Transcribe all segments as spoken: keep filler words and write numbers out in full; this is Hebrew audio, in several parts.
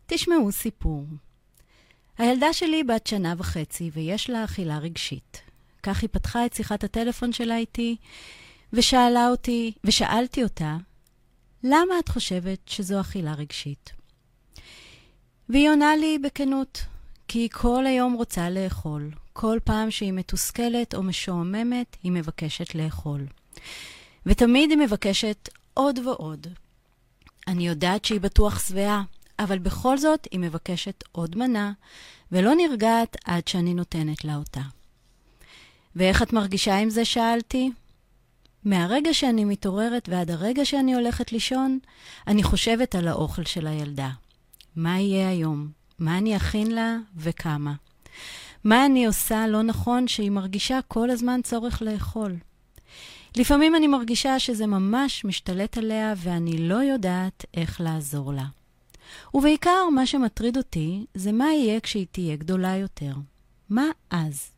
תשמעו סיפור. הילדה שלי בת שנה וחצי ויש לה אכילה רגשית. כך היא פתחה את שיחת הטלפון שלה איתי ושאלה אותי, ושאלתי אותה, למה את חושבת שזו אכילה רגשית? והיא עונה לי בכנות, כי היא כל היום רוצה לאכול. כל פעם שהיא מתוסכלת או משועממת, היא מבקשת לאכול. ותמיד היא מבקשת עוד ועוד. אני יודעת שהיא בטוח שבעה, אבל בכל זאת היא מבקשת עוד מנה, ולא נרגעת עד שאני נותנת לה אותה. ואיך את מרגישה עם זה? שאלתי. מהרגע שאני מתעוררת ועד הרגע שאני הולכת לישון, אני חושבת על האוכל של הילדה. מה יהיה היום? מה אני אכין לה וכמה? מה אני עושה לא נכון שהיא מרגישה כל הזמן צורך לאכול? לפעמים אני מרגישה שזה ממש משתלט עליה ואני לא יודעת איך לעזור לה. ובעיקר מה שמטריד אותי זה מה יהיה כשהיא תהיה גדולה יותר. מה אז?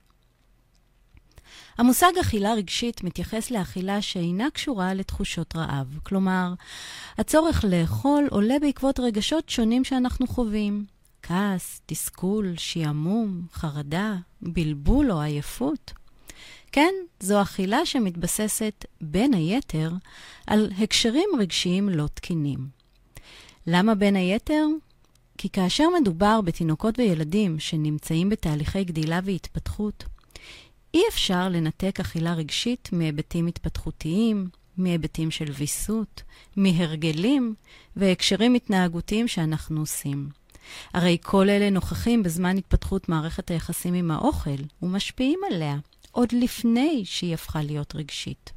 המושג אכילה רגשית מתייחס לאכילה שאינה קשורה לתחושות רעב. כלומר, הצורך לאכול עולה בעקבות רגשות שונים שאנחנו חווים. כעס, תסכול, שיעמום, חרדה, בלבול או עייפות. כן, זו אכילה שמתבססת בין היתר על הקשרים רגשיים לא תקינים. למה בין היתר? כי כאשר מדובר בתינוקות וילדים שנמצאים בתהליכי גדילה והתפתחות, אי אפשר לנתק אכילה רגשית מהיבטים התפתחותיים, מהיבטים של ויסות, מהרגלים והקשרים התנהגותיים שאנחנו עושים. הרי כל אלה נוכחים בזמן התפתחות מערכת היחסים עם האוכל ומשפיעים עליה עוד לפני שהיא הפכה להיות רגשית.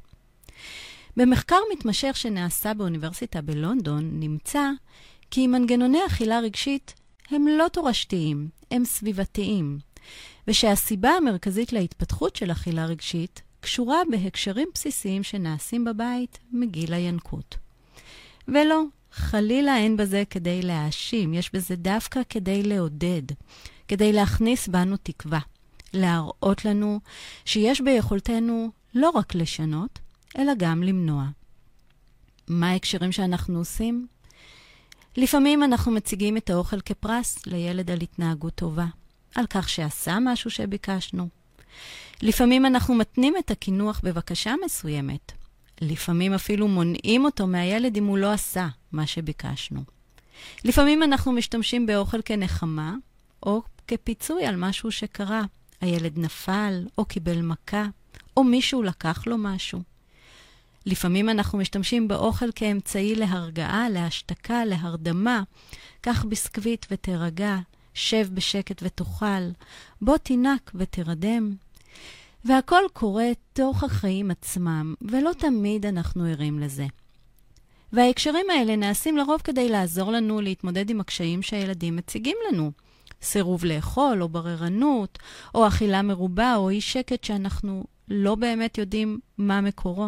במחקר מתמשך שנעשה באוניברסיטה בלונדון נמצא כי מנגנוני אכילה רגשית הם לא תורשתיים, הם סביבתיים, ושהסיבה המרכזית להתפתחות של אכילה רגשית קשורה בהקשרים בסיסיים שנעשים בבית מגיל הינקות. ולא, חלילה אין בזה כדי להאשים, יש בזה דווקא כדי לעודד, כדי להכניס בנו תקווה, להראות לנו שיש ביכולתנו לא רק לשנות, אלא גם למנוע. מה ההקשרים שאנחנו עושים? לפעמים אנחנו מציגים את האוכל כפרס לילד על התנהגות טובה, על כך שעשה משהו שביקשנו. לפעמים אנחנו מתנים את הכינוח בבקשה מסוימת. לפעמים אפילו מונעים אותו מהילד אם הוא לא עשה מה שביקשנו. לפעמים אנחנו משתמשים באוכל כנחמה או כפיצוי על משהו שקרה. הילד נפל או קיבל מכה או מישהו לקח לו משהו. לפעמים אנחנו משתמשים באוכל כאמצעי להרגעה, להשתקה, להרדמה. קח ביסקוויט ותרגע, שב בשקט ותאכל, בוא תינק ותרדם. והכל קורה תוך החיים עצמם, ולא תמיד אנחנו ערים לזה. וההקשרים האלה נעשים לרוב כדי לעזור לנו להתמודד עם הקשיים שהילדים מציגים לנו. סירוב לאכול או בררנות, או אכילה מרובה או אי שקט שאנחנו לא באמת יודעים מה מקורו.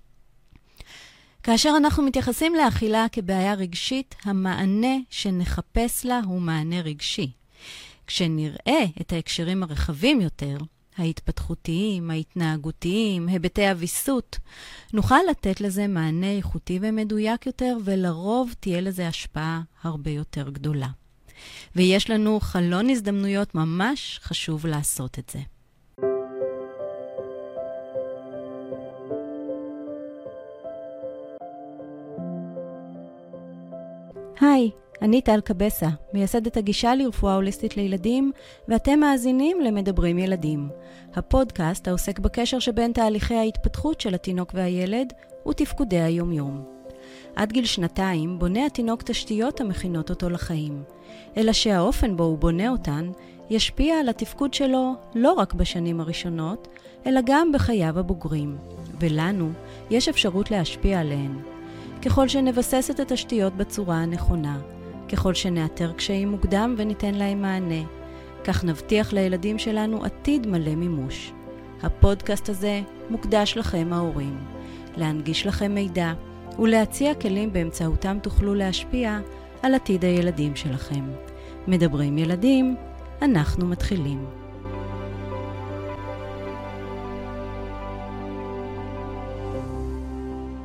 כאשר אנחנו מתייחסים לאכילה כבעיה רגשית, המענה שנחפש לה הוא מענה רגשי. כשנראה את ההקשרים הרחבים יותר, ההתפתחותיים, ההתנהגותיים, היבטי הוויסות, נוכל לתת לזה מענה איכותי ומדויק יותר, ולרוב תהיה לזה השפעה הרבה יותר גדולה. ויש לנו חלון הזדמנויות ממש חשוב לעשות את זה. היי, אני טל קבסה, מייסדת הגישה לרפואה הוליסטית לילדים, ואתם מאזינים למדברים ילדים. הפודקאסט העוסק בקשר שבין תהליכי ההתפתחות של התינוק והילד ותפקודי היומיום. עד גיל שנתיים בונה התינוק תשתיות המכינות אותו לחיים, אלא שהאופן בו הוא בונה אותן ישפיע על התפקוד שלו לא רק בשנים הראשונות, אלא גם בחייו הבוגרים, ולנו יש אפשרות להשפיע עליהן. ככל שנבסס את התשתיות בצורה הנכונה, ככל שנאתר קשיים מוקדם וניתן להם מענה, כך נבטיח לילדים שלנו עתיד מלא מימוש. הפודקאסט הזה מוקדש לכם ההורים, להנגיש לכם מידע ולהציע כלים באמצעותם תוכלו להשפיע על עתיד הילדים שלכם. מדברים ילדים, אנחנו מתחילים.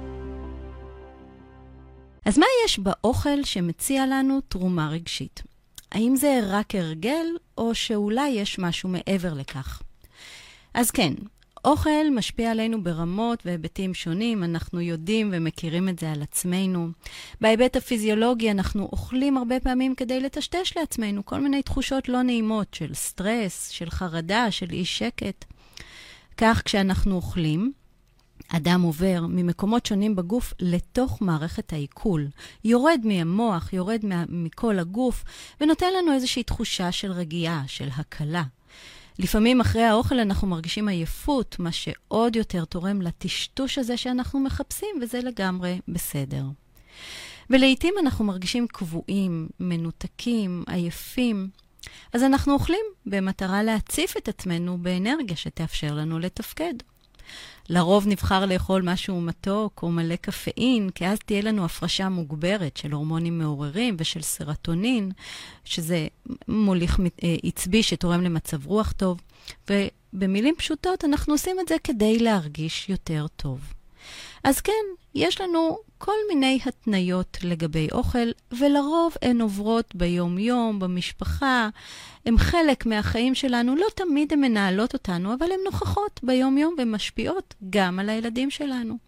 אז מה יש באוכל שמציע לנו תרומה רגשית? האם זה רק הרגל, או שאולי יש משהו מעבר לכך? אז כן, אוכל משפיע עלינו ברמות והיבטים שונים, אנחנו יודעים ומכירים את זה על עצמנו. בהיבט הפיזיולוגי אנחנו אוכלים הרבה פעמים כדי לטשטש לעצמנו כל מיני תחושות לא נעימות של סטרס, של חרדה, של אי שקט. כך כשאנחנו אוכלים, אדם עובר ממקומות שונים בגוף לתוך מערכת העיכול. יורד מהמוח, יורד מה, מכל הגוף, ונותן לנו איזושהי תחושה של רגיעה, של הקלה. לפעמים אחרי האוכל אנחנו מרגישים עייפות, מה שעוד יותר תורם לטשטוש הזה שאנחנו מחפשים, וזה לגמרי בסדר. ולעיתים אנחנו מרגישים קבועים, מנותקים, עייפים. אז אנחנו אוכלים במטרה להציף את עצמנו באנרגיה שתאפשר לנו לתפקד. לרוב נבחר לאכול משהו מתוק או מלא קפאין, כי אז תהיה לנו הפרשה מוגברת של הורמונים מעוררים ושל סרטונין, שזה מוליך עצבי שתורם למצב רוח טוב. ובמילים פשוטות אנחנו עושים את זה כדי להרגיש יותר טוב. אז כן, יש לנו כל מיני התניות לגבי אוכל, ולרוב הן עוברות ביום-יום, במשפחה, הן חלק מהחיים שלנו, לא תמיד הן מנהלות אותנו, אבל הן נוכחות ביום-יום ומשפיעות גם על הילדים שלנו.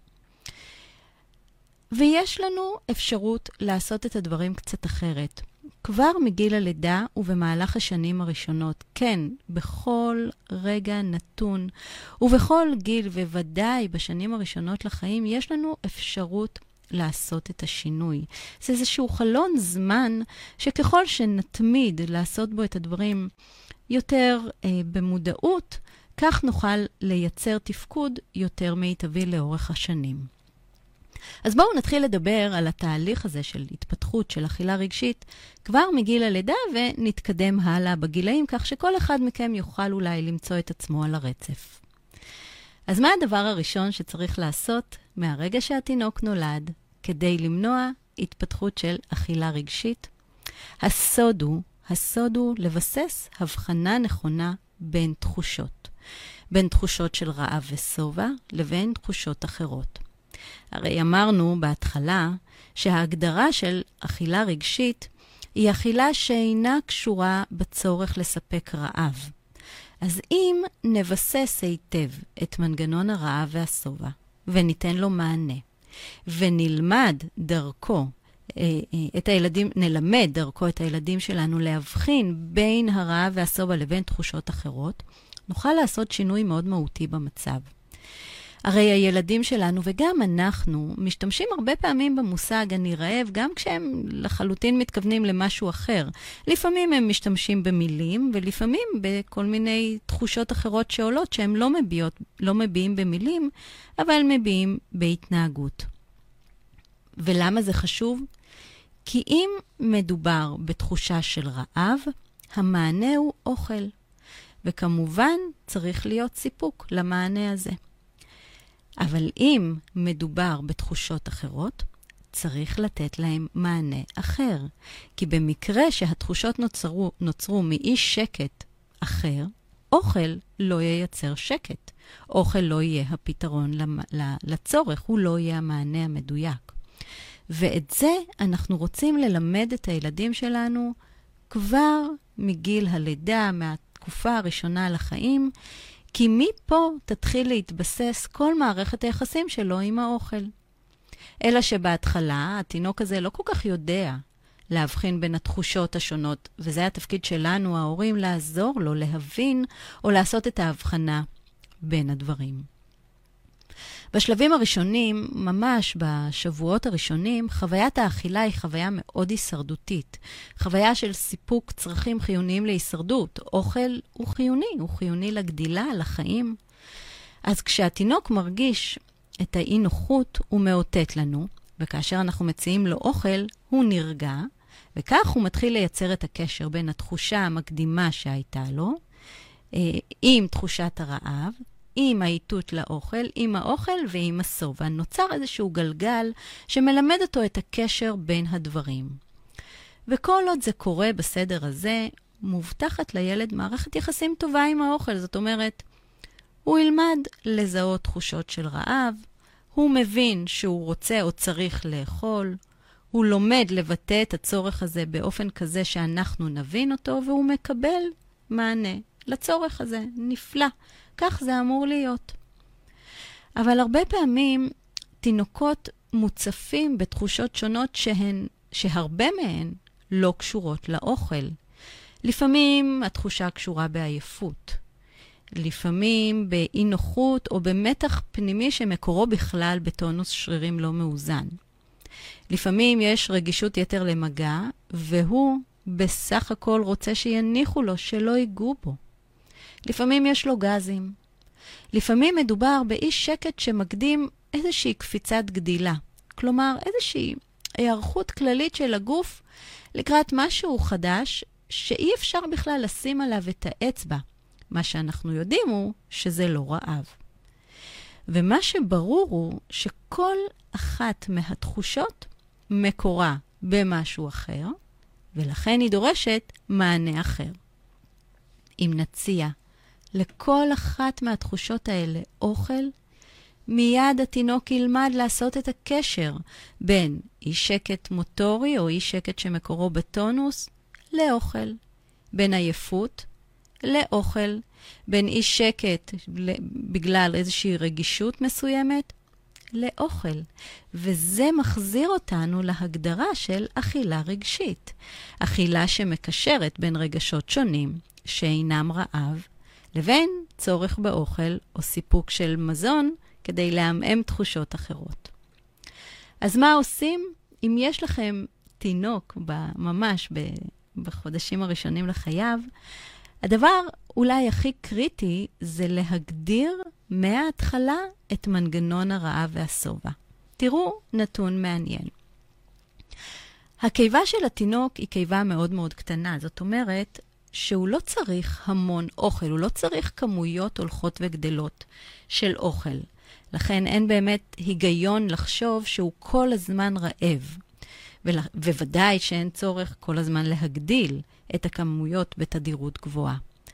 ויש לנו אפשרות לעשות את הדברים קצת אחרת. כבר מגיל הלידה ובמהלך השנים הראשונות, כן, בכל רגע נתון ובכל גיל וודאי בשנים הראשונות לחיים, יש לנו אפשרות לעשות את השינוי. זה איזשהו חלון זמן שככל שנתמיד לעשות בו את הדברים יותר אה, במודעות, כך נוכל לייצר תפקוד יותר מיטבי לאורך השנים. אז בואו נתחיל לדבר על התהליך הזה של התפתחות של אכילה רגשית כבר מגיל הלידה ונתקדם הלאה בגילאים, כך שכל אחד מכם יוכל אולי למצוא את עצמו על הרצף. אז מה הדבר הראשון שצריך לעשות מהרגע שהתינוק נולד כדי למנוע התפתחות של אכילה רגשית? הסוד הוא, הסוד הוא לבסס הבחנה נכונה בין תחושות. בין תחושות של רעב ושובע לבין תחושות אחרות. הרי אמרנו בהתחלה שההגדרה של אכילה רגשית היא אכילה שאינה קשורה בצורך לספק רעב. אז אם נבסס היטב את מנגנון הרעב והשובע וניתן לו מענה ונלמד דרכו את הילדים, נלמד דרכו את הילדים שלנו להבחין בין הרעב והשובע לבין תחושות אחרות, נוכל לעשות שינוי מאוד מהותי במצב. הרי הילדים שלנו וגם אנחנו משתמשים הרבה פעמים במושג אני רעב, גם כשהם לחלוטין מתכוונים למשהו אחר. לפעמים הם משתמשים במילים, ולפעמים בכל מיני תחושות אחרות שעולות שהם לא מביעות, לא מביעים במילים, אבל מביעים בהתנהגות. ולמה זה חשוב? כי אם מדובר בתחושה של רעב, המענה הוא אוכל. וכמובן צריך להיות סיפוק למענה הזה. אבל אם מדובר בתחושות אחרות, צריך לתת להם מענה אחר. כי במקרה שהתחושות נוצרו, נוצרו מאי שקט אחר, אוכל לא ייצר שקט. אוכל לא יהיה הפתרון לצורך, הוא לא יהיה המענה המדויק. ואת זה אנחנו רוצים ללמד את הילדים שלנו כבר מגיל הלידה, מהתקופה הראשונה לחיים, כי מפה תתחיל להתבסס כל מערכת היחסים שלו עם האוכל. אלא שבהתחלה התינוק הזה לא כל כך יודע להבחין בין התחושות השונות, וזה התפקיד שלנו, ההורים, לעזור לו, להבין או לעשות את ההבחנה בין הדברים. בשלבים הראשונים, ממש בשבועות הראשונים, חוויית האכילה היא חוויה מאוד הישרדותית. חוויה של סיפוק צרכים חיוניים להישרדות. אוכל הוא חיוני, הוא חיוני לגדילה, לחיים. אז כשהתינוק מרגיש את האי נוחות, הוא מאותת לנו, וכאשר אנחנו מציעים לו אוכל, הוא נרגע, וכך הוא מתחיל לייצר את הקשר בין התחושה המקדימה שהייתה לו, עם תחושת הרעב, עם העיתות לאוכל, עם האוכל ועם השובע. נוצר איזשהו גלגל שמלמד אותו את הקשר בין הדברים. וכל עוד זה קורה בסדר הזה, מובטחת לילד מערכת יחסים טובה עם האוכל. זאת אומרת, הוא ילמד לזהות תחושות של רעב, הוא מבין שהוא רוצה או צריך לאכול, הוא לומד לבטא את הצורך הזה באופן כזה שאנחנו נבין אותו, והוא מקבל מענה לצורך הזה. נפלא. כך זה אמור להיות. אבל הרבה פעמים תינוקות מוצפים בתחושות שונות שהן, שהרבה מהן לא קשורות לאוכל. לפעמים התחושה קשורה בעייפות. לפעמים באי נוחות או במתח פנימי שמקורו בכלל בטונוס שרירים לא מאוזן. לפעמים יש רגישות יתר למגע, והוא בסך הכל רוצה שיניחו לו, שלא ייגעו בו. לפעמים יש לו גזים. לפעמים מדובר באי שקט שמקדים איזושהי קפיצת גדילה. כלומר, איזושהי היערכות כללית של הגוף לקראת משהו חדש, שאי אפשר בכלל לשים עליו את האצבע. מה שאנחנו יודעים הוא שזה לא רעב. ומה שברור הוא שכל אחת מהתחושות מקורה במשהו אחר, ולכן היא דורשת מענה אחר. אם נציע לכל אחת מהתחושות האלה אוכל, מיד התינוק ילמד לעשות את הקשר בין אי שקט מוטורי או אי שקט שמקורו בטונוס לאוכל, בין עייפות לאוכל, בין אי שקט בגלל איזושהי רגישות מסוימת לאוכל. וזה מחזיר אותנו להגדרה של אכילה רגשית. אכילה שמקשרת בין רגשות שונים שאינם רעב, לבין צורך באוכל או סיפוק של מזון כדי להמם תחושות אחרות. אז מה עושים? אם יש לכם תינוק ממש בחודשים הראשונים לחייו, הדבר אולי הכי קריטי זה להגדיר מההתחלה את מנגנון הרעב והשובע. תראו נתון מעניין. הקיבה של התינוק היא קיבה מאוד מאוד קטנה. זאת אומרת שהוא לא צריך המון אוכל, הוא לא צריך כמויות הולכות וגדלות של אוכל. לכן אין באמת היגיון לחשוב שהוא כל הזמן רעב. ובוודאי שאין צורך כל הזמן להגדיל את הכמויות בתדירות גבוהה.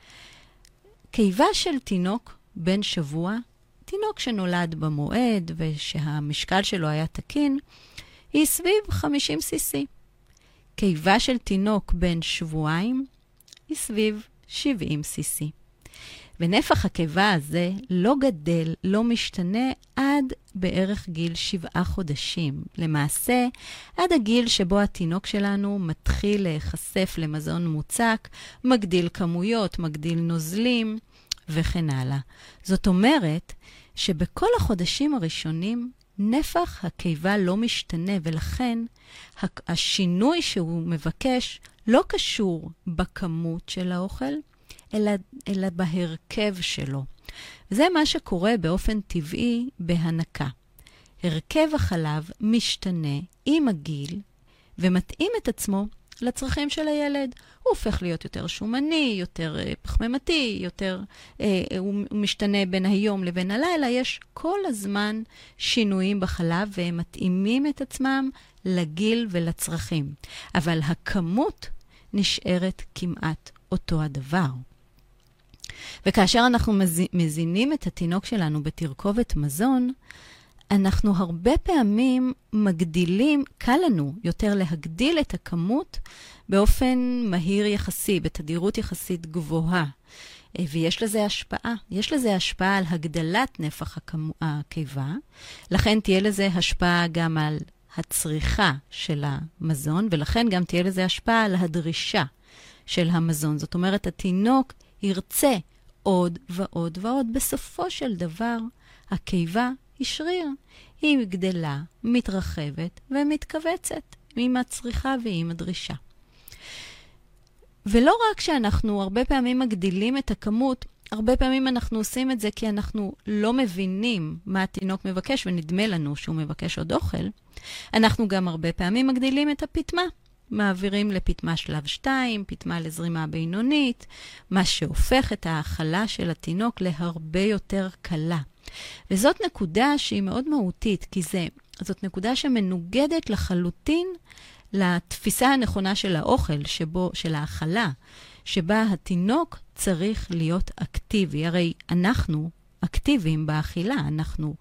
קיבה של תינוק בן שבוע, תינוק שנולד במועד ושהמשקל שלו היה תקין, היא סביב חמישים סי סי. קיבה של תינוק בן שבועיים היא סביב שבעים סי סי. ונפח הקיבה הזה לא גדל, לא משתנה עד בערך גיל שבעה חודשים. למעשה, עד הגיל שבו התינוק שלנו מתחיל להיחשף למזון מוצק, מגדיל כמויות, מגדיל נוזלים וכן הלאה. זאת אומרת שבכל החודשים הראשונים נפח הקיבה לא משתנה, ולכן השינוי שהוא מבקש לא קשור בכמות של האוכל, אלא, אלא בהרכב שלו. וזה מה שקורה באופן טבעי בהנקה. הרכב החלב משתנה עם הגיל ומתאים את עצמו לצרכים של הילד. הוא הופך להיות יותר שומני, יותר אה, פחמימתי, יותר, אה, הוא משתנה בין היום לבין הלילה. יש כל הזמן שינויים בחלב והם מתאימים את עצמם לגיל ולצרכים. אבל הכמות נשארת כמעט אותו הדבר. וכאשר אנחנו מזינים את התינוק שלנו בתרכובת מזון, אנחנו הרבה פעמים מגדילים, קל לנו יותר להגדיל את הכמות באופן מהיר יחסי, בתדירות יחסית גבוהה. ויש לזה השפעה. יש לזה השפעה על הגדלת נפח הקיבה, לכן תהיה לזה השפעה גם על הצריכה של המזון, ולכן גם תהיה לזה השפעה על הדרישה של המזון. זאת אומרת, התינוק ירצה עוד ועוד ועוד. בסופו של דבר, הקיבה היא שריר. היא גדלה, מתרחבת ומתכווצת עם הצריכה ועם הדרישה. ולא רק שאנחנו הרבה פעמים מגדילים את הכמות, הרבה פעמים אנחנו עושים את זה כי אנחנו לא מבינים מה התינוק מבקש, ונדמה לנו שהוא מבקש עוד אוכל. אנחנו גם הרבה פעמים מגדילים את הפתמה. מעבירים לפתמה שלב שתיים, פתמה לזרימה בינונית, מה שהופך את האכלה של התינוק להרבה יותר קלה. וזאת נקודה שהיא מאוד מהותית, כי זה, זאת נקודה שמנוגדת לחלוטין לתפיסה הנכונה של האוכל, שבו, של האכלה, שבה התינוק צריך להיות אקטיבי. הרי אנחנו אקטיביים באכילה, אנחנו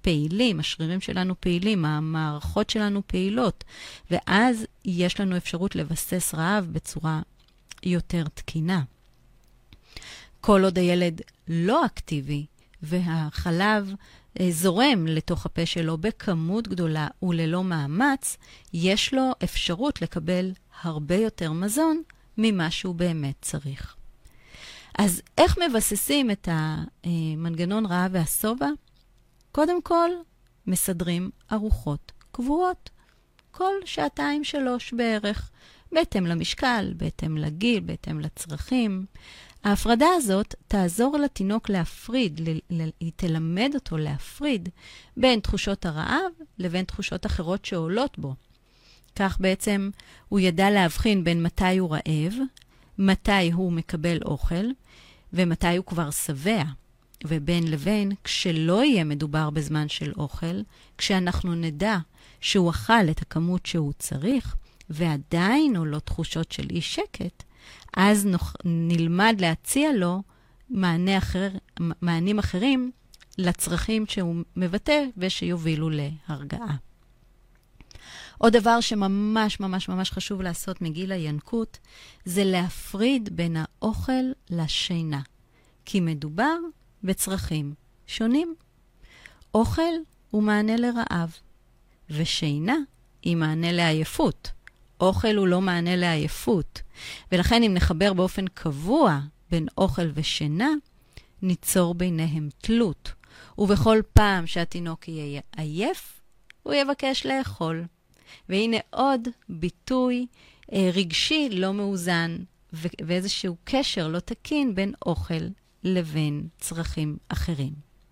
פעילים, השרירים שלנו פעילים, המערכות שלנו פעילות, ואז יש לנו אפשרות לבסס רעב בצורה יותר תקינה. כל עוד הילד לא אקטיבי, והחלב זורם לתוך הפה שלו בכמות גדולה וללא מאמץ, יש לו אפשרות לקבל הרבה יותר מזון ממה שהוא באמת צריך. אז איך מבססים את המנגנון רעב והשובע? קודם כל, מסדרים ארוחות קבועות. כל שעתיים שלוש בערך, בהתאם למשקל, בהתאם לגיל, בהתאם לצרכים. ההפרדה הזאת תעזור לתינוק להפריד, היא תלמד אותו להפריד בין תחושות הרעב לבין תחושות אחרות שעולות בו. כך בעצם הוא ידע להבחין בין מתי הוא רעב, מתי הוא מקבל אוכל, ומתי הוא כבר שבע. ובין לבין, כשלא יהיה מדובר בזמן של אוכל, כשאנחנו נדע שהוא אכל את הכמות שהוא צריך, ועדיין הוא לא תחושות של אי שקט, אז נוח, נלמד להציע לו מענה אחר, מענים אחרים לצרכים שהוא מבטא ושיובילו להרגעה. עוד דבר שממש ממש ממש חשוב לעשות מגיל הינקות, זה להפריד בין האוכל לשינה. כי מדובר בצרכים שונים. אוכל הוא מענה לרעב, ושינה היא מענה לעייפות. אוכל הוא לא מענה לעייפות, ולכן אם נחבר באופן קבוע בין אוכל ושינה, ניצור ביניהם תלות. ובכל פעם שהתינוק יהיה עייף, הוא יבקש לאכול. והנה עוד ביטוי אה, רגשי לא מאוזן, ו- ואיזשהו קשר לא תקין בין אוכל לבין צרכים אחרים.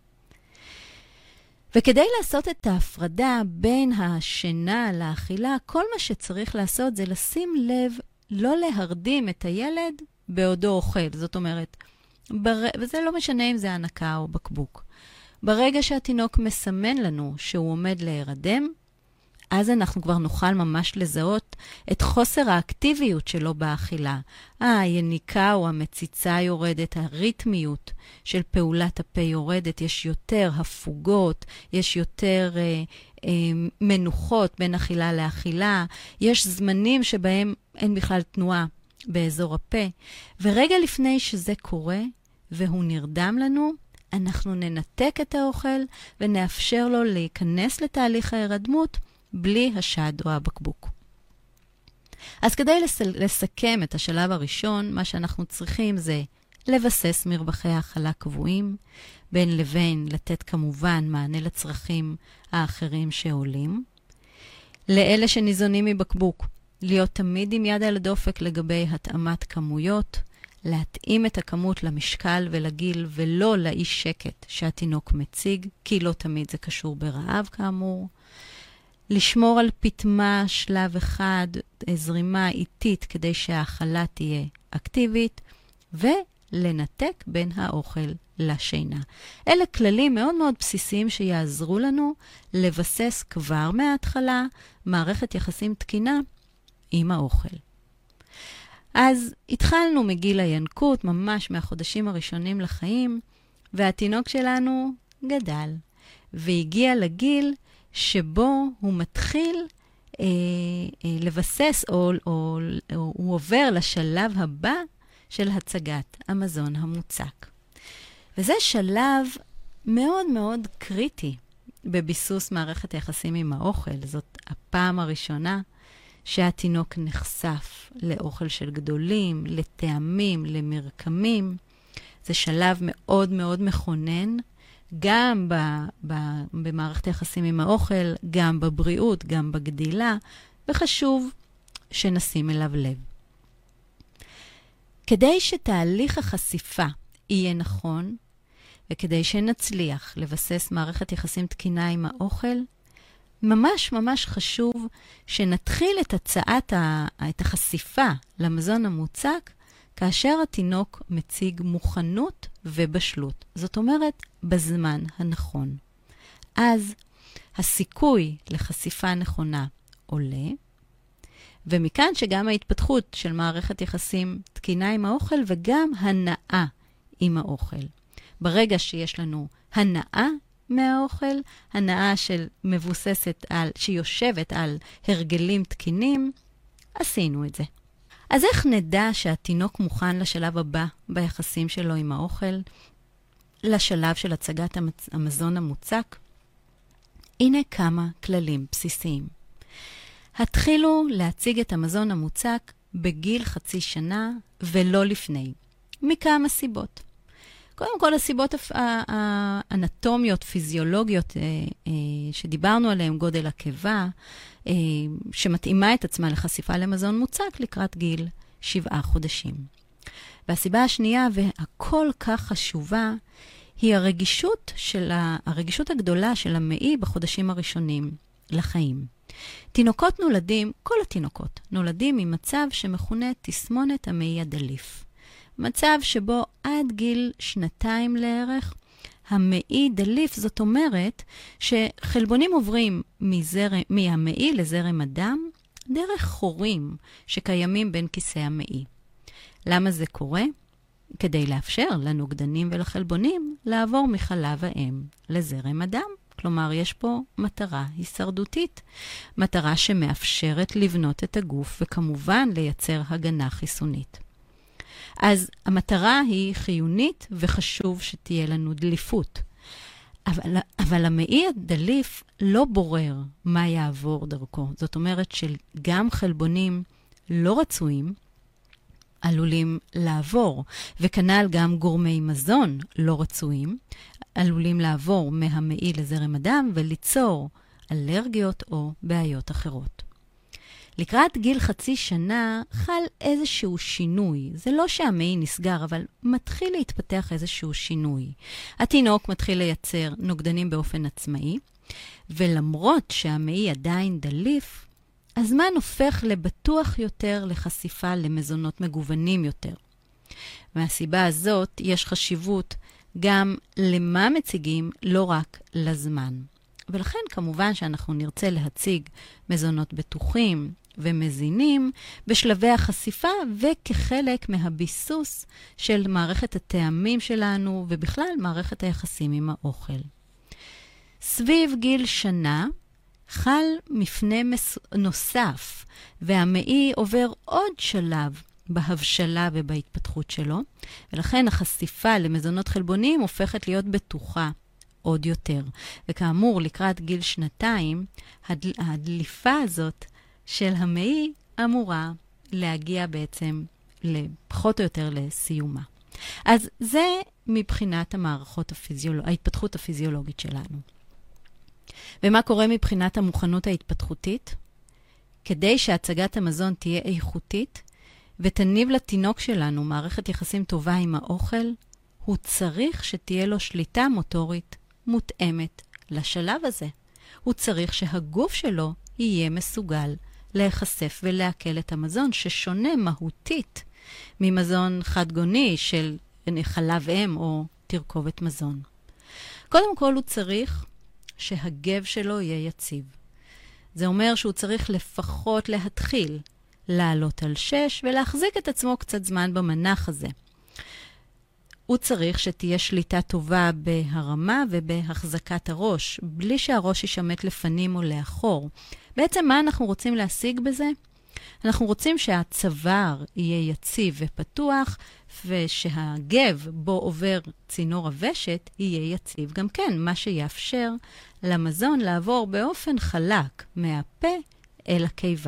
וכדי לעשות את ההפרדה בין השינה לאכילה, כל מה שצריך לעשות זה לשים לב לא להרדים את הילד בעודו אוכל. זאת אומרת, בר... וזה לא משנה אם זה הנקה או בקבוק. ברגע שהתינוק מסמן לנו שהוא עומד להירדם, אז אנחנו כבר נוכל ממש לזהות את חוסר האקטיביות שלו באכילה. היניקה או המציצה יורדת, הריתמיות של פעולת הפה יורדת, יש יותר הפוגות, יש יותר אה, אה, מנוחות בין אכילה לאכילה, יש זמנים שבהם אין בכלל תנועה באזור הפה. ורגע לפני שזה קורה והוא נרדם לנו, אנחנו ננתק את האוכל ונאפשר לו להיכנס לתהליך ההירדמות, בלי השד או הבקבוק. אז כדי לס... לסכם את השלב הראשון, מה שאנחנו צריכים זה לבסס מרווחי האכלה קבועים, בין לבין לתת כמובן מענה לצרכים האחרים שעולים. לאלה שניזונים מבקבוק, להיות תמיד עם יד על הדופק לגבי התאמת כמויות, להתאים את הכמות למשקל ולגיל ולא לאי שקט שהתינוק מציג, כי לא תמיד זה קשור ברעב כאמור. לשמור על פתמה שלב אחד, זרימה איטית כדי שהאכלה תהיה אקטיבית, ולנתק בין האוכל לשינה. אלה כללים מאוד מאוד בסיסיים שיעזרו לנו לבסס כבר מההתחלה מערכת יחסים תקינה עם האוכל. אז התחלנו מגיל הינקות, ממש מהחודשים הראשונים לחיים, והתינוק שלנו גדל, והגיע לגיל שבו הוא מתחיל אה, אה, לבסס, או, או, או הוא עובר לשלב הבא של הצגת המזון המוצק. וזה שלב מאוד מאוד קריטי בביסוס מערכת היחסים עם האוכל. זאת הפעם הראשונה שהתינוק נחשף לאוכל של גדולים, לטעמים, למרקמים. זה שלב מאוד מאוד מכונן, גם ב, ב, במערכת היחסים עם האוכל, גם בבריאות, גם בגדילה, וחשוב שנשים אליו לב. כדי שתהליך החשיפה יהיה נכון, וכדי שנצליח לבסס מערכת יחסים תקינה עם האוכל, ממש ממש חשוב שנתחיל את הצעת ה, את החשיפה למזון המוצק, כאשר התינוק מציג מוכנות ובשלות. זאת אומרת, בזמן הנכון. אז הסיכוי לחשיפה נכונה עולה, ומכאן שגם ההתפתחות של מערכת יחסים תקינה עם האוכל וגם הנאה עם האוכל. ברגע שיש לנו הנאה מהאוכל, הנאה של מבוססת על, שיושבת על הרגלים תקינים, עשינו את זה. אז איך נדע שהתינוק מוכן לשלב הבא ביחסים שלו עם האוכל, לשלב של הצגת המזון המוצק? הנה כמה כללים בסיסיים. התחילו להציג את המזון המוצק בגיל חצי שנה ולא לפני, מכמה סיבות. קודם כל, הסיבות האנטומיות, פיזיולוגיות שדיברנו עליהן, גודל הקיבה, שמתאימה את עצמה לחשיפה למזון מוצק לקראת גיל שבעה חודשים. והסיבה השנייה, והכל כך חשובה, היא הרגישות, של ה... הרגישות הגדולה של המעי בחודשים הראשונים לחיים. תינוקות נולדים, כל התינוקות, נולדים ממצב שמכונה תסמונת המעי הדליף. מצב שבו עד גיל שנתיים לערך, המעי דליף, זאת אומרת שחלבונים עוברים מזרם, מהמעי לזרם הדם, דרך חורים שקיימים בין כיסי המעי. למה זה קורה? כדי לאפשר לנוגדנים ולחלבונים לעבור מחלב האם לזרם הדם. כלומר, יש פה מטרה הישרדותית, מטרה שמאפשרת לבנות את הגוף וכמובן לייצר הגנה חיסונית. אז המטרה היא חיונית וחשוב שתהיה לנו דליפות. אבל, אבל המעי הדליף לא בורר מה יעבור דרכו. זאת אומרת שגם חלבונים לא רצויים עלולים לעבור, וכנ"ל גם גורמי מזון לא רצויים, עלולים לעבור מהמעי לזרם הדם וליצור אלרגיות או בעיות אחרות. לקראת גיל חצי שנה חל איזשהו שינוי. זה לא שהמעי נסגר, אבל מתחיל להתפתח איזשהו שינוי. התינוק מתחיל לייצר נוגדנים באופן עצמאי, ולמרות שהמעי עדיין דליף, הזמן הופך לבטוח יותר לחשיפה למזונות מגוונים יותר. מהסיבה הזאת יש חשיבות גם למה מציגים, לא רק לזמן. ולכן כמובן שאנחנו נרצה להציג מזונות בטוחים ומזינים בשלבי החשיפה וכחלק מהביסוס של מערכת הטעמים שלנו ובכלל מערכת היחסים עם האוכל. סביב גיל שנה חל מפנה נוסף והמעי עובר עוד שלב בהבשלה ובהתפתחות שלו, ולכן החשיפה למזונות חלבונים הופכת להיות בטוחה עוד יותר. וכאמור, לקראת גיל שנתיים, הדל... הדליפה הזאת של המעי אמורה להגיע בעצם לפחות או יותר לסיומה. אז זה מבחינת המערכות הפיזיולוג... ההתפתחות הפיזיולוגית שלנו. ומה קורה מבחינת המוכנות ההתפתחותית? כדי שהצגת המזון תהיה איכותית ותניב לתינוק שלנו מערכת יחסים טובה עם האוכל, הוא צריך שתהיה לו שליטה מוטורית מותאמת לשלב הזה. הוא צריך שהגוף שלו יהיה מסוגל להיחשף ולעכל את המזון ששונה מהותית ממזון חד-גוני של חלב אם או תרכובת מזון. קודם כל הוא צריך שהגב שלו יהיה יציב. זה אומר שהוא צריך לפחות להתחיל לעלות על שש ולהחזיק את עצמו קצת זמן במנח הזה. הוא צריך שתהיה שליטה טובה בהרמה ובהחזקת הראש, בלי שהראש יישמט לפנים או לאחור. בעצם מה אנחנו רוצים להשיג בזה? אנחנו רוצים שהצוואר יהיה יציב ופתוח, ושהגב בו עובר צינור הוושט יהיה יציב גם כן, מה שיאפשר למזון לעבור באופן חלק מהפה אל הקיבה.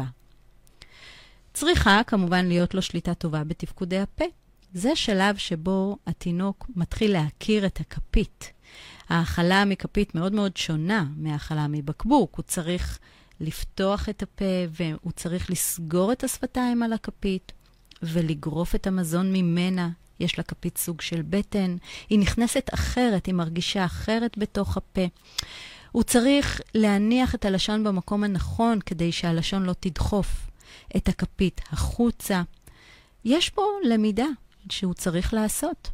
צריכה כמובן להיות לו שליטה טובה בתפקודי הפה. זה שלב שבו התינוק מתחיל להכיר את הכפית. האכלה מכפית מאוד מאוד שונה מהאכלה מבקבוק. הוא צריך לפתוח את הפה והוא צריך לסגור את השפתיים על הכפית ולגרוף את המזון ממנה. יש לה כפית סוג של בטן. היא נכנסת אחרת, היא מרגישה אחרת בתוך הפה. הוא צריך להניח את הלשון במקום הנכון כדי שהלשון לא תדחוף את הכפית החוצה. יש פה למידה שהוא צריך לעשות.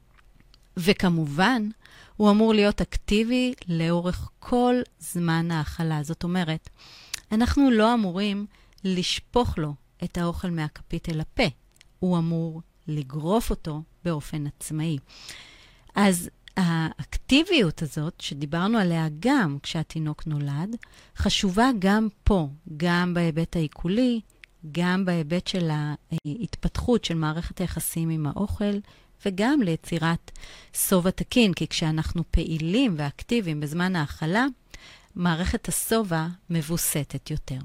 וכמובן, הוא אמור להיות אקטיבי לאורך כל זמן האכלה. זאת אומרת, אנחנו לא אמורים לשפוך לו את האוכל מהכפית אל הפה. הוא אמור לגרוף אותו באופן עצמאי. אז האקטיביות הזאת, שדיברנו עליה גם כשהתינוק נולד, חשובה גם פה, גם בהיבט העיכולי, גם בהיבט של ההתפתחות של מערכת היחסים עם האוכל, וגם ליצירת סובה תקין, כי כשאנחנו פעילים ואקטיביים בזמן האכלה, מערכת הסובה מבוסתת יותר.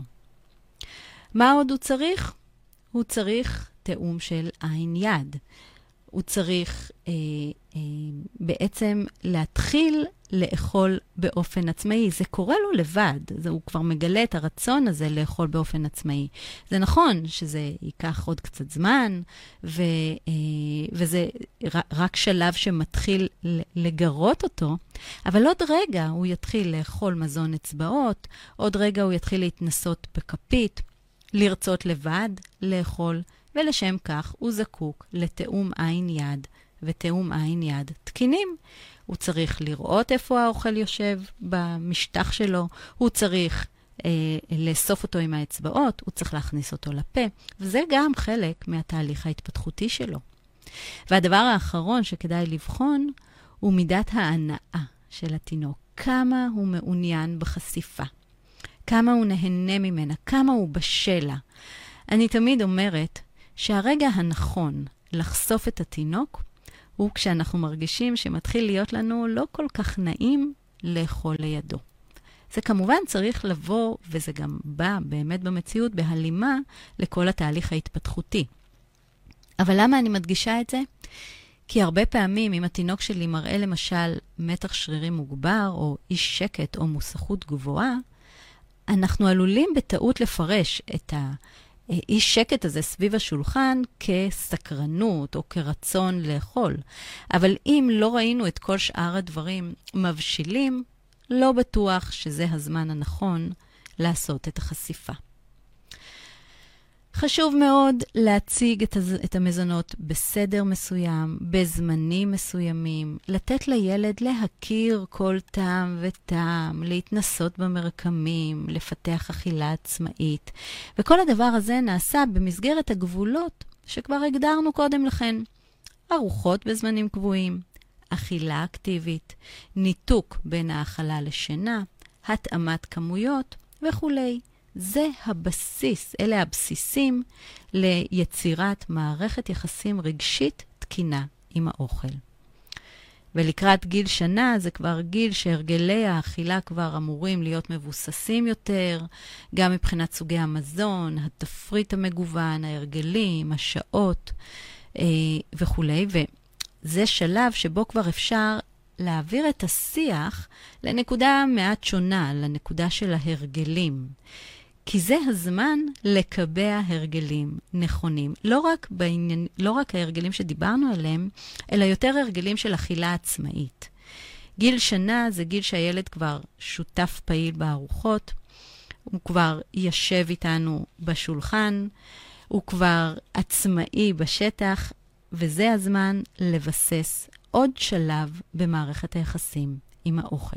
מה עוד הוא צריך? הוא צריך תאום של עין יד. הוא צריך אה, אה, בעצם להתחיל לאכול באופן עצמאי. זה קורה לו לבד. זה, הוא כבר מגלה את הרצון הזה לאכול באופן עצמאי. זה נכון שזה ייקח עוד קצת זמן, ו, אה, וזה רק שלב שמתחיל לגרות אותו, אבל עוד רגע הוא יתחיל לאכול מזון אצבעות, עוד רגע הוא יתחיל להתנסות בכפית, לרצות לבד, לאכול, ולשם כך הוא זקוק לתאום עין יד ותאום עין יד תקינים. הוא צריך לראות איפה האוכל יושב במשטח שלו, הוא צריך אה, לאסוף אותו עם האצבעות, הוא צריך להכניס אותו לפה, וזה גם חלק מהתהליך ההתפתחותי שלו. והדבר האחרון שכדאי לבחון הוא מידת ההנאה של התינוק. כמה הוא מעוניין בחשיפה, כמה הוא נהנה ממנה, כמה הוא בשל לה. אני תמיד אומרת שהרגע הנכון לחשוף את התינוק הוא כשאנחנו מרגישים שמתחיל להיות לנו לא כל כך נעים לאכול לידו. זה כמובן צריך לבוא, וזה גם בא באמת במציאות, בהלימה לכל התהליך ההתפתחותי. אבל למה אני מדגישה את זה? כי הרבה פעמים אם התינוק שלי מראה למשל מתח שרירי מוגבר, או אי שקט או מוסכות גבוהה, אנחנו עלולים בטעות לפרש את האי שקט הזה סביב השולחן כסקרנות או כרצון לאכול. אבל אם לא ראינו את כל שאר הדברים מבשילים, לא בטוח שזה הזמן הנכון לעשות את החשיפה. חשוב מאוד להציג את, את המזונות בסדר מסוים, בזמנים מסוימים, לתת לילד להכיר כל טעם וטעם, להתנסות במרקמים, לפתח אכילה עצמאית. וכל הדבר הזה נעשה במסגרת הגבולות שכבר הגדרנו קודם לכן. ארוחות בזמנים קבועים, אכילה אקטיבית, ניתוק בין האכלה לשינה, התאמת כמויות וכו'. זה הבסיס, אלה הבסיסים ליצירת מערכת יחסים רגשית תקינה עם האוכל. ולקראת גיל שנה זה כבר גיל שהרגלי האכילה כבר אמורים להיות מבוססים יותר, גם מבחינת סוגי המזון, התפריט המגוון, ההרגלים, השעות אה, וכו'. וזה שלב שבו כבר אפשר להעביר את השיח לנקודה מעט שונה, לנקודה של ההרגלים. כי זה הזמן לקבע הרגלים נכונים. לא רק, בעניין, לא רק ההרגלים שדיברנו עליהם, אלא יותר הרגלים של אכילה עצמאית. גיל שנה זה גיל שהילד כבר שותף פעיל בארוחות, הוא כבר ישב איתנו בשולחן, הוא כבר עצמאי בשטח, וזה הזמן לבסס עוד שלב במערכת היחסים עם האוכל.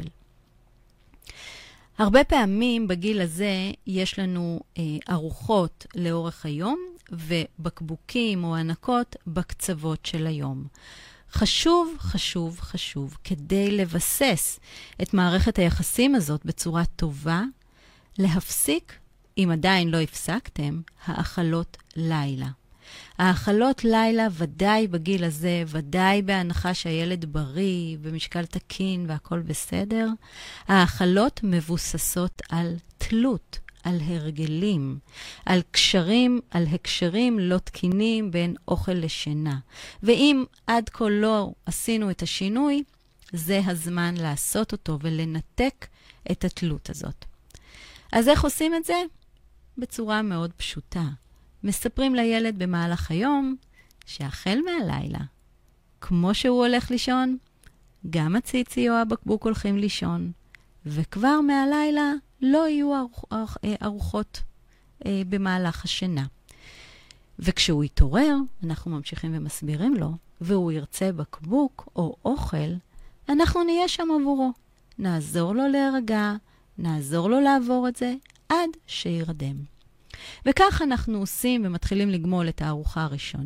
הרבה פעמים בגיל הזה יש לנו אה, ארוחות לאורך היום ובקבוקים או ענקות בקצוות של היום. חשוב, חשוב, חשוב, כדי לבסס את מערכת היחסים הזאת בצורה טובה, להפסיק, אם עדיין לא הפסקתם, האכלות לילה. האכלות לילה ודאי בגיל הזה, ודאי בהנחה שהילד בריא ומשקל תקין והכל בסדר, האכלות מבוססות על תלות, על הרגלים, על קשרים, על הקשרים לא תקינים בין אוכל לשינה. ואם עד כה לא עשינו את השינוי, זה הזמן לעשות אותו ולנתק את התלות הזאת. אז איך עושים את זה? בצורה מאוד פשוטה. מספרים לילד במהלך היום שהחל מהלילה, כמו שהוא הולך לישון, גם הציצי או הבקבוק הולכים לישון, וכבר מהלילה לא יהיו ארוח, ארוח, ארוחות אה, במהלך השינה. וכשהוא יתעורר, אנחנו ממשיכים ומסבירים לו, והוא ירצה בקבוק או אוכל, אנחנו נהיה שם עבורו. נעזור לו להירגע, נעזור לו לעבור את זה, עד שירדם. וכך אנחנו עושים ומתחילים לגמול את הארוחה הראשונה,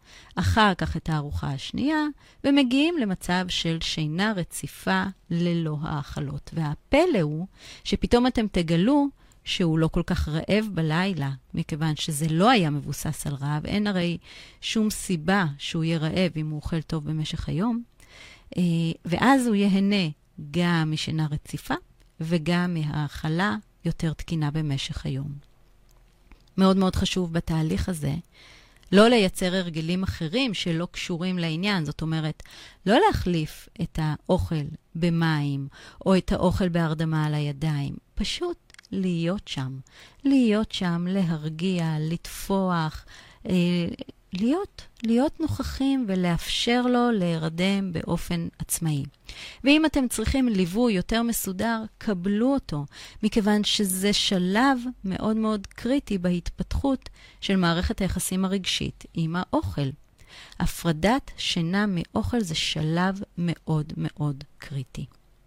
אחר כך את הארוחה השנייה, ומגיעים למצב של שינה רציפה ללא האכלות. והפלא הוא שפתאום אתם תגלו שהוא לא כל כך רעב בלילה, מכיוון שזה לא היה מבוסס על רעב. אין הרי שום סיבה שהוא יהיה רעב אם הוא אוכל טוב במשך היום. ואז הוא יהנה גם משינה רציפה וגם מהאכלה יותר תקינה במשך היום. מאוד מאוד חשוב בתהליך הזה לא לייצר הרגלים אחרים שלא קשורים לעניין. זאת אומרת, לא להחליף את האוכל במים או את האוכל בהרדמה על הידיים. פשוט להיות שם. להיות שם, להרגיע, לתפוח, אה, להיות, להיות נוכחים ולאפשר לו להירדם באופן עצמאי. ואם אתם צריכים ליווי יותר מסודר, קבלו אותו, מכיוון שזה שלב מאוד מאוד קריטי בהתפתחות של מערכת היחסים הרגשית עם האוכל. הפרדת שינה מאוכל זה שלב מאוד מאוד קריטי.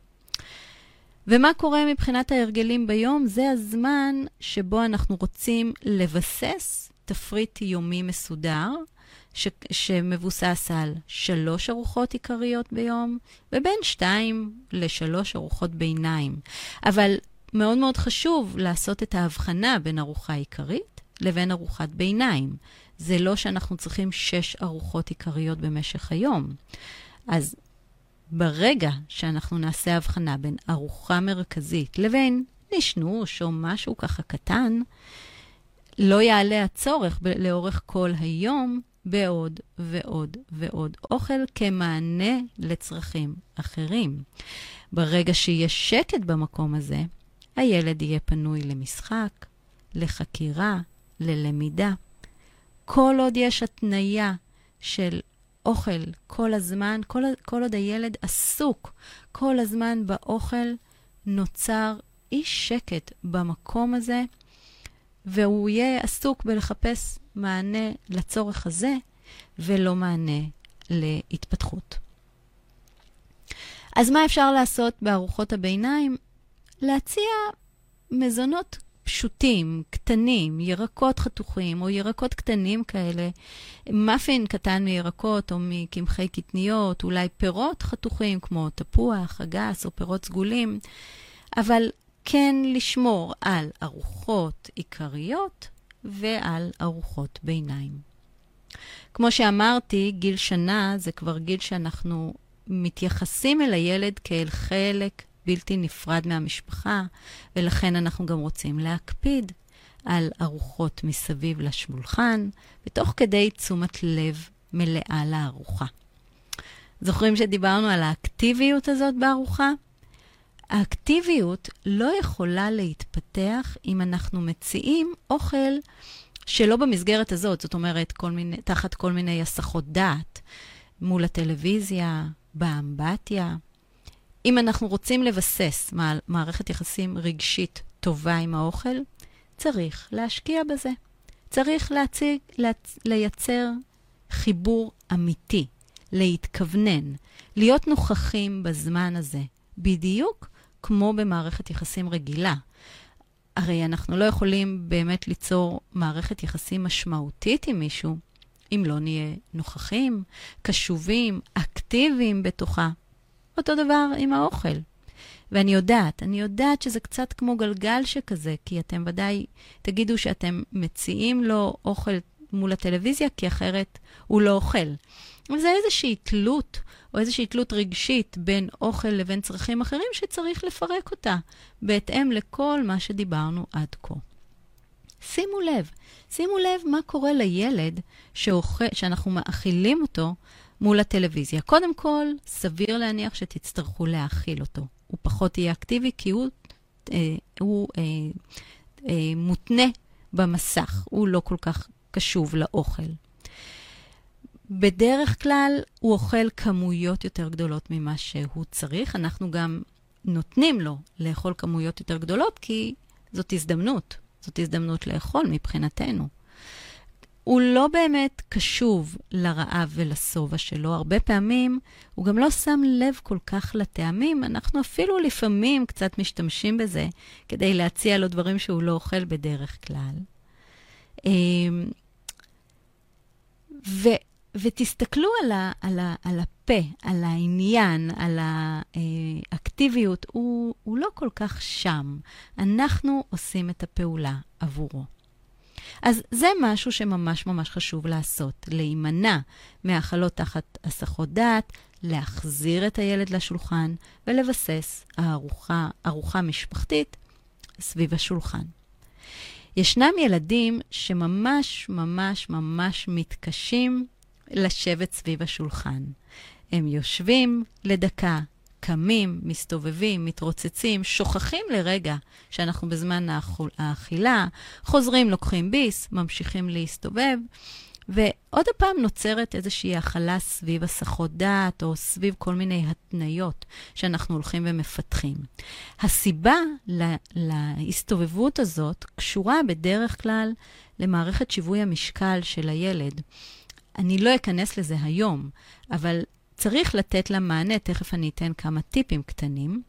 ומה קורה מבחינת ההרגלים ביום? זה הזמן שבו אנחנו רוצים לבסס תפריט יומי מסודר, ש- שמבוסס על שלוש ארוחות עיקריות ביום, ובין שתיים לשלוש ארוחות ביניים. אבל מאוד מאוד חשוב לעשות את ההבחנה בין ארוחה עיקרית לבין ארוחת ביניים. זה לא שאנחנו צריכים שש ארוחות עיקריות במשך היום. אז ברגע שאנחנו נעשה הבחנה בין ארוחה מרכזית לבין נשנוש או משהו ככה קטן, לא יעלה הצורך ב- לאורך כל היום בעוד ועוד ועוד אוכל כמענה לצרכים אחרים. ברגע שיש שקט במקום הזה, הילד יהיה פנוי למשחק, לחקירה, ללמידה. כל עוד יש התניה של אוכל כל הזמן, כל, כל עוד הילד עסוק כל הזמן באוכל, נוצר אי שקט במקום הזה, והוא יהיה עסוק בלחפש מענה לצורך הזה, ולא מענה להתפתחות. אז מה אפשר לעשות בארוחות הביניים? להציע מזונות פשוטים, קטנים, ירקות חתוכים או ירקות קטנים כאלה, מאפין קטן מירקות או מקמחי קטניות, אולי פירות חתוכים כמו תפוח, אגס או פירות סגולים, אבל כן לשמור על ארוחות עיקריות ועל ארוחות ביניים. כמו שאמרתי, גיל שנה זה כבר גיל שאנחנו מתייחסים אל הילד כאל חלק בלתי נפרד מהמשפחה, ולכן אנחנו גם רוצים להקפיד על ארוחות מסביב לשולחן, ותוך כדי תשומת לב מלאה לארוחה. זוכרים שדיברנו על האקטיביות הזאת בארוחה? האקטיביות לא יכולה להתפתח אם אנחנו מציעים אוכל שלא במסגרת הזאת, זאת אומרת, כל מיני, תחת כל מיני הסחות דעת, מול הטלוויזיה, באמבטיה. אם אנחנו רוצים לבסס מערכת יחסים רגשית טובה עם האוכל, צריך להשקיע בזה. צריך להציג, לייצר חיבור אמיתי, להתכוונן, להיות נוכחים בזמן הזה, בדיוק כמו במערכת יחסים רגילה. הרי אנחנו לא יכולים באמת ליצור מערכת יחסים משמעותית עם מישהו, אם לא נהיה נוכחים, קשובים, אקטיביים בתוכה. אותו דבר עם האוכל. ואני יודעת, אני יודעת שזה קצת כמו גלגל שכזה, כי אתם ודאי תגידו שאתם מציעים לו אוכל מול הטלוויזיה, כי אחרת הוא לא אוכל. וזה איזושהי תלות, או איזושהי תלות רגשית בין אוכל לבין צרכים אחרים שצריך לפרק אותה, בהתאם לכל מה שדיברנו עד כה. שימו לב, שימו לב מה קורה לילד שאוכל, שאנחנו מאכילים אותו מול הטלוויזיה. קודם כל, סביר להניח שתצטרכו להאכיל אותו. הוא פחות יהיה אקטיבי כי הוא, אה, הוא אה, אה, מותנה במסך. הוא לא כל כך קשוב לאוכל. בדרך כלל הוא אוכל כמויות יותר גדולות ממה שהוא צריך. אנחנו גם נותנים לו לאכול כמויות יותר גדולות כי זאת הזדמנות. זאת הזדמנות לאכול מבחינתנו. הוא לא באמת קשוב לרעב ולסובה שלו. הרבה פעמים הוא גם לא שם לב כל כך לטעמים. אנחנו אפילו לפעמים קצת משתמשים בזה כדי להציע לו דברים שהוא לא אוכל בדרך כלל. ותסתכלו על, ה, על, ה, על הפה, על העניין, על האקטיביות, הוא, הוא לא כל כך שם. אנחנו עושים את הפעולה עבורו. אז זה משהו שממש ממש חשוב לעשות, להימנע מהאכלות תחת הסחות דעת, להחזיר את הילד לשולחן ולבסס הארוחה, ארוחה משפחתית סביב השולחן. ישנם ילדים שממש ממש ממש מתקשים לשבת סביב השולחן. הם יושבים לדקה, קמים, מסתובבים, מתרוצצים, שוכחים לרגע שאנחנו בזמן האכילה, חוזרים, לוקחים ביס, ממשיכים להסתובב, ועוד הפעם נוצרת איזושהי אכלה סביב הסחות דעת, או סביב כל מיני התניות שאנחנו הולכים ומפתחים. הסיבה לה, להסתובבות הזאת קשורה בדרך כלל למערכת שיווי המשקל של הילד. אני לא אכנס לזה היום, אבל צריך לתת לה מענה, תכף אני אתן כמה טיפים קטנים,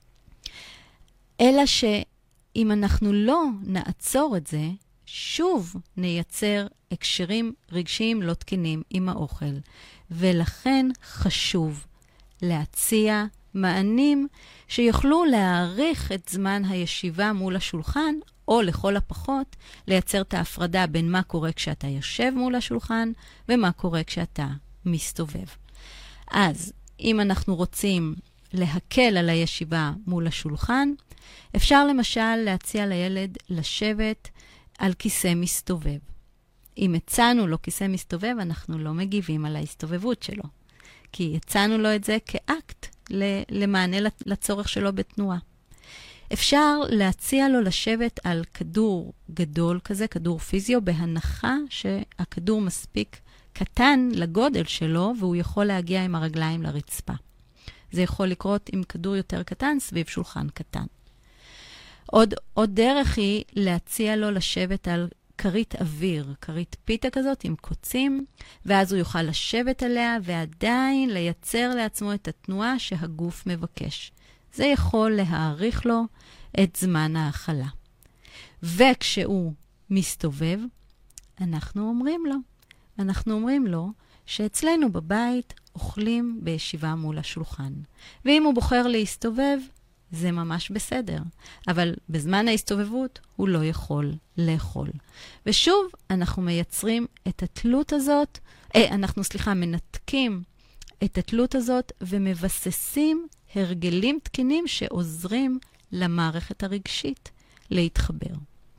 אלא שאם אנחנו לא נעצור את זה, שוב נייצר הקשרים רגשיים לא תקינים עם האוכל, ולכן חשוב להציע מענים שיוכלו להאריך את זמן הישיבה מול השולחן, או לכל הפחות לייצר את ההפרדה בין מה קורה כשאתה יושב מול השולחן, ומה קורה כשאתה מסתובב. אז אם אנחנו רוצים להקל על הישיבה מול השולחן, אפשר למשל להציע לילד לשבת על כיסא מסתובב. אם הצענו לו כיסא מסתובב, אנחנו לא מגיבים על ההסתובבות שלו, כי הצענו לו את זה כאקט למענה לצורך שלו בתנועה. אפשר להציע לו לשבת על כדור גדול כזה, כדור פיזיו, בהנחה שהכדור מספיק קטן לגודל שלו, והוא יכול להגיע עם הרגליים לרצפה. זה יכול לקרות עם כדור יותר קטן סביב שולחן קטן. עוד, עוד דרך היא להציע לו לשבת על כרית אוויר, כרית פיתה כזאת עם קוצים, ואז הוא יוכל לשבת עליה ועדיין לייצר לעצמו את התנועה שהגוף מבקש. זה יכול להאריך לו את זמן האכלה. וכשהוא מסתובב, אנחנו אומרים לו, אנחנו אומרים לו שאצלנו בבית אוכלים בישיבה מול השולחן. ואם הוא בוחר להסתובב, זה ממש בסדר. אבל בזמן ההסתובבות הוא לא יכול לאכול. ושוב, אנחנו מייצרים את התלות הזאת, אה, אנחנו, סליחה, מנתקים את התלות הזאת ומבססים הרגלים תקינים שעוזרים למערכת הרגשית להתחבר.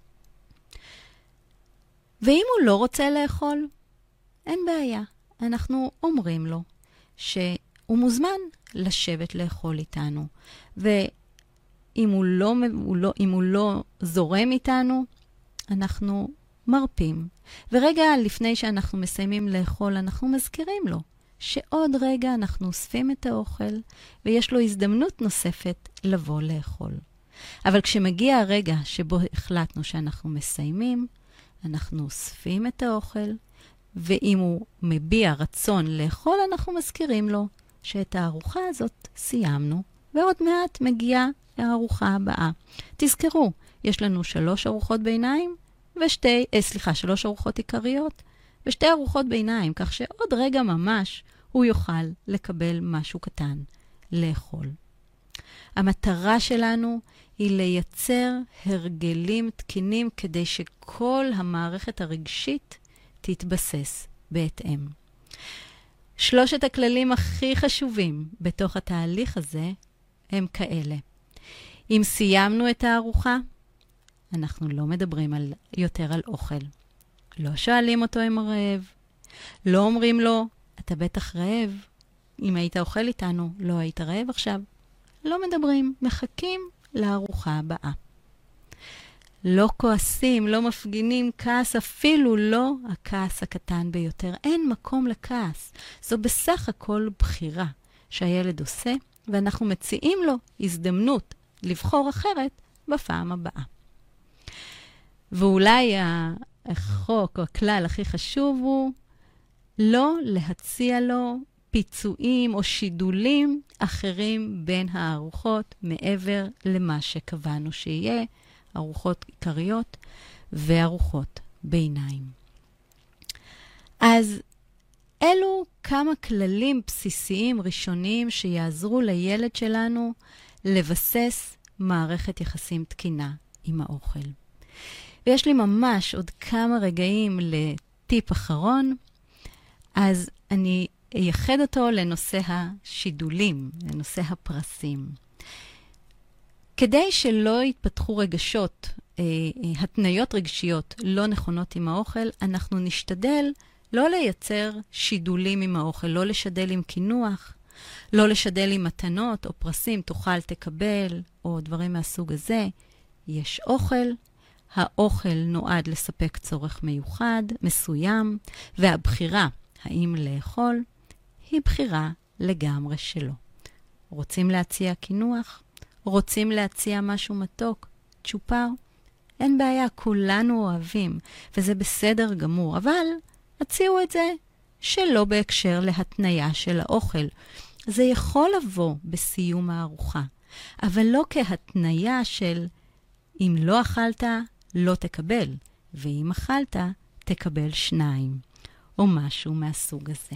ואם הוא לא רוצה לאכול, אין בעיה. אנחנו אומרים לו שהוא מוזמן לשבת לאכול איתנו. ואם הוא לא, הוא לא, אם הוא לא זורם איתנו, אנחנו מרפים. ורגע לפני שאנחנו מסיימים לאכול, אנחנו מזכירים לו שעוד רגע אנחנו אוספים את האוכל, ויש לו הזדמנות נוספת לבוא לאכול. אבל כשמגיע הרגע שבו החלטנו שאנחנו מסיימים, אנחנו אוספים את האוכל, ואם הוא מביע רצון לאכול, אנחנו מזכירים לו שאת הארוחה הזאת סיימנו, ועוד מעט מגיעה הארוחה הבאה. תזכרו, יש לנו שלוש ארוחות ביניים, ושתי, אה, סליחה, שלוש ארוחות עיקריות, ושתי ארוחות ביניים, כך שעוד רגע ממש הוא יוכל לקבל משהו קטן לאכול. המטרה שלנו היא לייצר הרגלים תקינים כדי שכל המערכת הרגשית תתבסס בהתאם. שלושת הכללים הכי חשובים בתוך התהליך הזה הם כאלה. אם סיימנו את הארוחה, אנחנו לא מדברים על, יותר על אוכל. לא שואלים אותו אם רעב. לא אומרים לו, אתה בטח רעב. אם היית אוכל איתנו, לא היית רעב עכשיו. לא מדברים, מחכים לארוחה הבאה. לא כועסים, לא מפגינים כעס, אפילו לא הכעס הקטן ביותר. אין מקום לכעס. זו בסך הכל בחירה שהילד עושה, ואנחנו מציעים לו הזדמנות לבחור אחרת בפעם הבאה. ואולי החוק או הכלל הכי חשוב הוא לא להציע לו פיצויים או שידולים אחרים בין הארוחות מעבר למה שקבענו שיהיה, ארוחות עיקריות וארוחות ביניים. אז אלו כמה כללים בסיסיים ראשוניים שיעזרו לילד שלנו לבסס מערכת יחסים תקינה עם האוכל. ויש לי ממש עוד כמה רגעים לטיפ אחרון, אז אני אייחד אותו לנושא השידולים, לנושא הפרסים. כדי שלא יתפתחו רגשות, אה, אה, התניות רגשיות לא נכונות עם האוכל, אנחנו נשתדל לא לייצר שידולים עם האוכל, לא לשדל עם כינוח, לא לשדל עם מתנות או פרסים, תאכל תקבל, או דברים מהסוג הזה. יש אוכל, האוכל נועד לספק צורך מיוחד, מסוים, והבחירה האם לאכול היא בחירה לגמרי שלו. רוצים להציע כינוח? רוצים להציע משהו מתוק? צ'ופר? אין בעיה, כולנו אוהבים, וזה בסדר גמור, אבל הציעו את זה שלא בהקשר להתניה של האוכל. זה יכול לבוא בסיום הארוחה, אבל לא כהתניה של אם לא אכלת, לא תקבל, ואם אכלת, תקבל שניים, או משהו מהסוג הזה.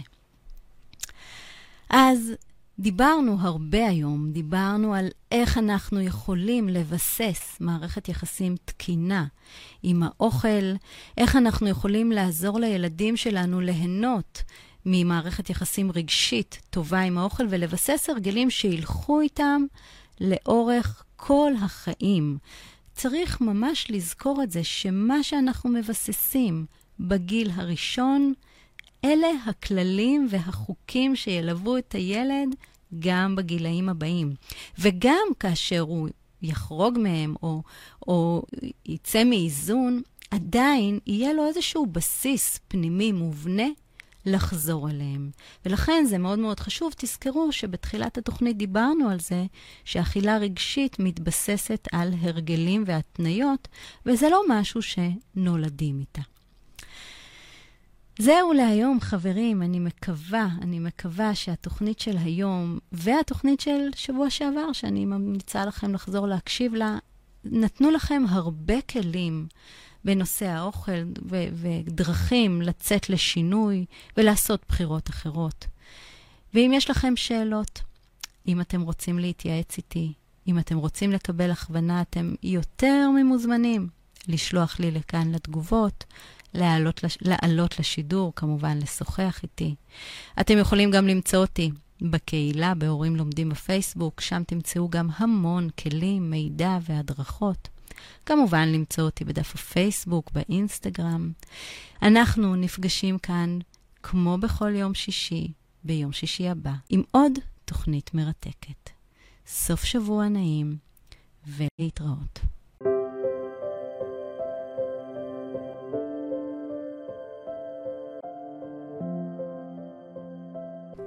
אז דיברנו הרבה היום, דיברנו על איך אנחנו יכולים לבסס מערכת יחסים תקינה עם האוכל, איך אנחנו יכולים לעזור לילדים שלנו ליהנות ממערכת יחסים רגשית טובה עם האוכל, ולבסס הרגלים שילכו איתם לאורך כל החיים. צריך ממש לזכור את זה, שמה שאנחנו מבססים בגיל הראשון, אלה הכללים והחוקים שילוו את הילד גם בגילאים הבאים. וגם כאשר הוא יחרוג מהם או, או יצא מאיזון, עדיין יהיה לו איזשהו בסיס פנימי מובנה לחזור אליהם. ולכן זה מאוד מאוד חשוב. תזכרו שבתחילת התוכנית דיברנו על זה שאכילה רגשית מתבססת על הרגלים והתניות, וזה לא משהו שנולדים איתה. זהו להיום, חברים. אני מקווה, אני מקווה שהתוכנית של היום והתוכנית של שבוע שעבר, שאני ממליצה לכם לחזור להקשיב לה, נתנו לכם הרבה כלים בנושא האוכל ו- ודרכים לצאת לשינוי ולעשות בחירות אחרות. ואם יש לכם שאלות, אם אתם רוצים להתייעץ איתי, אם אתם רוצים לקבל הכוונה, אתם יותר ממוזמנים לשלוח לי לכאן לתגובות, לעלות, לש... לעלות לשידור, כמובן לשוחח איתי. אתם יכולים גם למצוא אותי בקהילה, בהורים לומדים בפייסבוק, שם תמצאו גם המון כלים, מידע והדרכות. כמובן למצוא אותי בדף הפייסבוק, באינסטגרם. אנחנו נפגשים כאן, כמו בכל יום שישי, ביום שישי הבא, עם עוד תוכנית מרתקת. סוף שבוע נעים, ולהתראות.